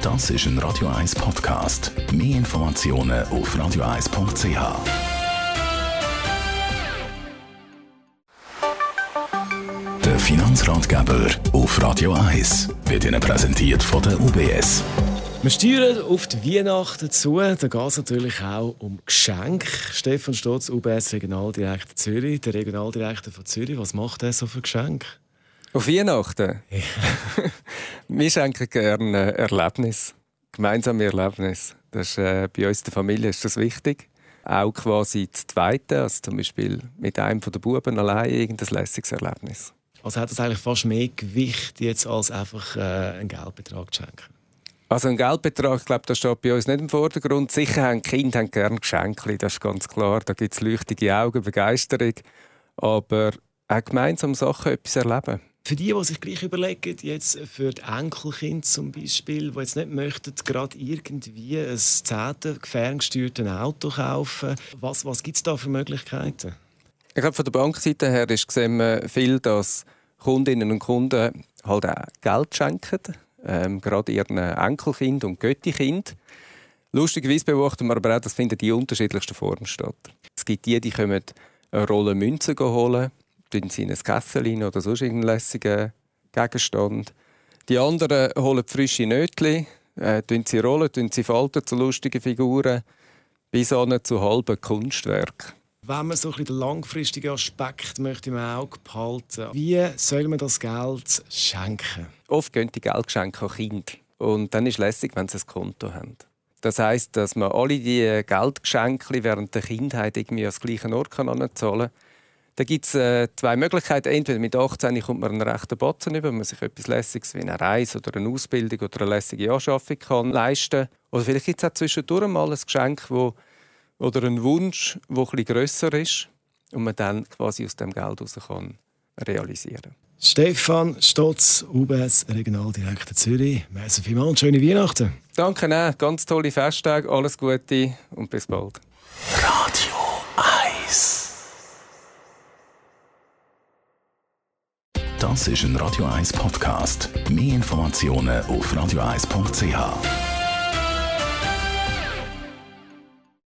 Das ist ein Radio 1 Podcast. Mehr Informationen auf radio1.ch. Der Finanzratgeber auf Radio 1 wird Ihnen präsentiert von der UBS. Wir steuern auf die Weihnachten zu. Da geht es natürlich auch um Geschenke. Stefan Stotz, UBS Regionaldirektor Zürich. Der Regionaldirektor von Zürich, was macht er so für Geschenke? Auf Weihnachten? Ja. Wir schenken gerne Erlebnis. Gemeinsame Erlebnis. Das ist, bei uns in der Familie ist das wichtig. Auch quasi das Zweite, also zum Beispiel mit einem der Buben allein irgendein lässiges Erlebnis. Also hat das eigentlich fast mehr Gewicht jetzt als einfach einen Geldbetrag zu schenken? Also ein Geldbetrag, ich glaube, das steht bei uns nicht im Vordergrund. Sicher haben Kinder gerne Geschenke, das ist ganz klar. Da gibt es leuchtige Augen, Begeisterung. Aber auch gemeinsam Sachen etwas erleben. Für die sich gleich überlegen, jetzt für die Enkelkinder zum Beispiel, die jetzt nicht möchten, gerade irgendwie ein 10. ferngesteuertes Auto kaufen, was gibt es da für Möglichkeiten? Ich glaube, von der Bankseite her sehen wir viel, dass Kundinnen und Kunden halt auch Geld schenken, gerade ihren Enkelkind und Göttikind. Lustigerweise beobachten wir aber auch, dass in die unterschiedlichsten Formen statt. Es gibt die kommen eine Rolle Münzen holen, tun sie in ein Kessel oder sonst irgendeinen lässigen Gegenstand. Die anderen holen frische Nötchen, tun sie rollen, tun sie falten zu lustigen Figuren, bis hin zu halben Kunstwerken. Wenn man so ein bisschen den langfristigen Aspekt möchte im Auge behalten, wie soll man das Geld schenken? Oft gehen die Geldgeschenke an Kinder. Und dann ist es lässig, wenn sie ein Konto haben. Das heisst, dass man alle diese Geldgeschenke während der Kindheit irgendwie an den gleichen Ort anzahlen kann. Da gibt es 2 Möglichkeiten. Entweder mit 18 kommt man einen rechten Batzen über, wenn man sich etwas Lässiges wie eine Reise oder eine Ausbildung oder eine lässige Anschaffung kann leisten kann. Oder vielleicht gibt es auch zwischendurch mal ein Geschenk, oder einen Wunsch, der etwas grösser ist und man dann quasi aus dem Geld heraus kann realisieren. Stefan Stotz, UBS Regionaldirektor Zürich. Merci vielmals und schöne Weihnachten. Danke, ganz tolle Festtage, alles Gute und bis bald. Radio 1. Das ist ein Radio 1 Podcast. Mehr Informationen auf radio1.ch.